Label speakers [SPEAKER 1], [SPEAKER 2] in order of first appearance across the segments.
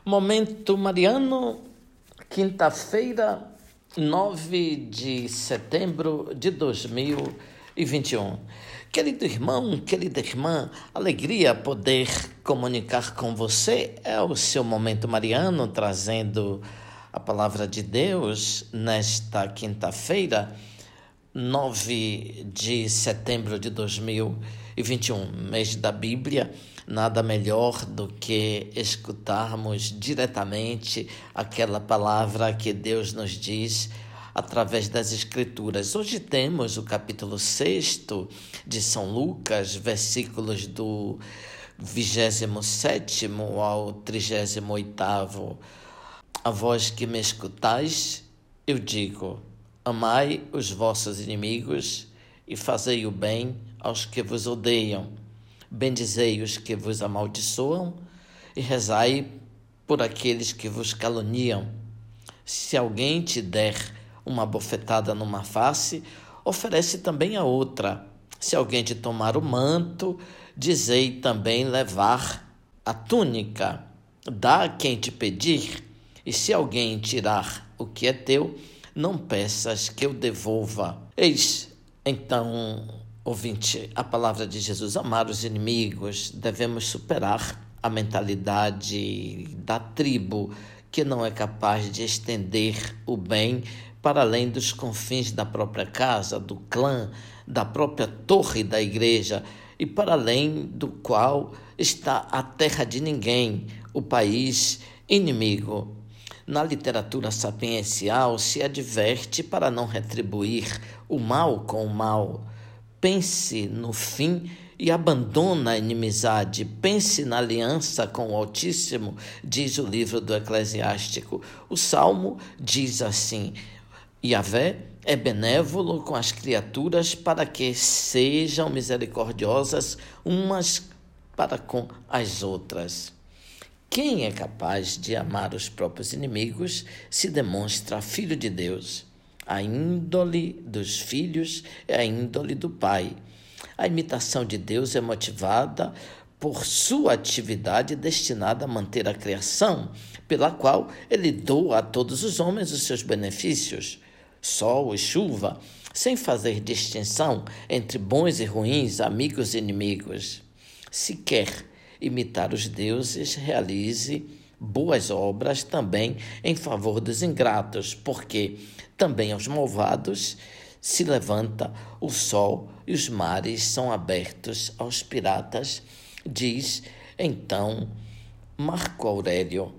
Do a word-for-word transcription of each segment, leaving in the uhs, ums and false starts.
[SPEAKER 1] Momento Mariano, quinta-feira, nove de setembro de dois mil e vinte e um. Querido irmão, querida irmã, alegria poder comunicar com você. É o seu Momento Mariano, trazendo a palavra de Deus nesta quinta-feira, nove de setembro de dois mil e vinte e um, mês da Bíblia. Nada melhor do que escutarmos diretamente aquela palavra que Deus nos diz através das Escrituras. Hoje temos o capítulo seis de São Lucas, versículos do vigésimo sétimo ao trigésimo oitavo. A vós que me escutais, eu digo: amai os vossos inimigos e fazei o bem aos que vos odeiam. Bendizei os que vos amaldiçoam e rezai por aqueles que vos caluniam. Se alguém te der uma bofetada numa face, oferece também a outra. Se alguém te tomar o manto, dizei também levar a túnica. Dá a quem te pedir, e se alguém tirar o que é teu, não peças que eu devolva. Eis, então, ouvinte, a palavra de Jesus: amar os inimigos. Devemos superar a mentalidade da tribo que não é capaz de estender o bem para além dos confins da própria casa, do clã, da própria torre da igreja, e para além do qual está a terra de ninguém, o país inimigo. Na literatura sapiencial se adverte para não retribuir o mal com o mal. Pense no fim e abandona a inimizade. Pense na aliança com o Altíssimo, diz o livro do Eclesiástico. O Salmo diz assim: Yahvé é benévolo com as criaturas para que sejam misericordiosas umas para com as outras. Quem é capaz de amar os próprios inimigos se demonstra filho de Deus. A índole dos filhos é a índole do Pai. A imitação de Deus é motivada por sua atividade destinada a manter a criação, pela qual ele doa a todos os homens os seus benefícios, sol e chuva, sem fazer distinção entre bons e ruins, amigos e inimigos. Se quer imitar os deuses, realize boas obras também em favor dos ingratos, porque também aos malvados se levanta o sol e os mares são abertos aos piratas, diz então Marco Aurélio.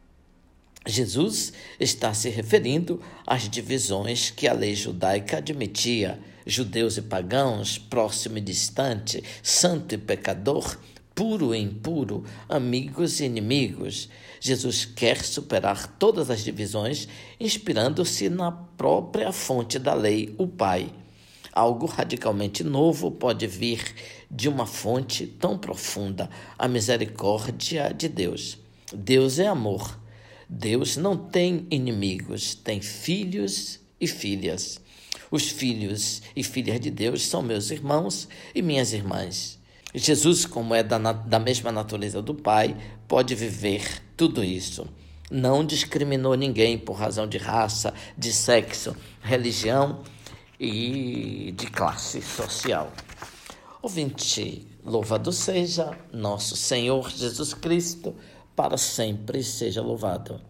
[SPEAKER 1] Jesus está se referindo às divisões que a lei judaica admitia: judeus e pagãos, próximo e distante, santo e pecador, puro e impuro, amigos e inimigos. Jesus quer superar todas as divisões, inspirando-se na própria fonte da lei, o Pai. Algo radicalmente novo pode vir de uma fonte tão profunda, a misericórdia de Deus. Deus é amor. Deus não tem inimigos, tem filhos e filhas. Os filhos e filhas de Deus são meus irmãos e minhas irmãs. Jesus, como é da, da mesma natureza do Pai, pode viver tudo isso. Não discriminou ninguém por razão de raça, de sexo, religião e de classe social. Ouvinte, louvado seja nosso Senhor Jesus Cristo, para sempre seja louvado.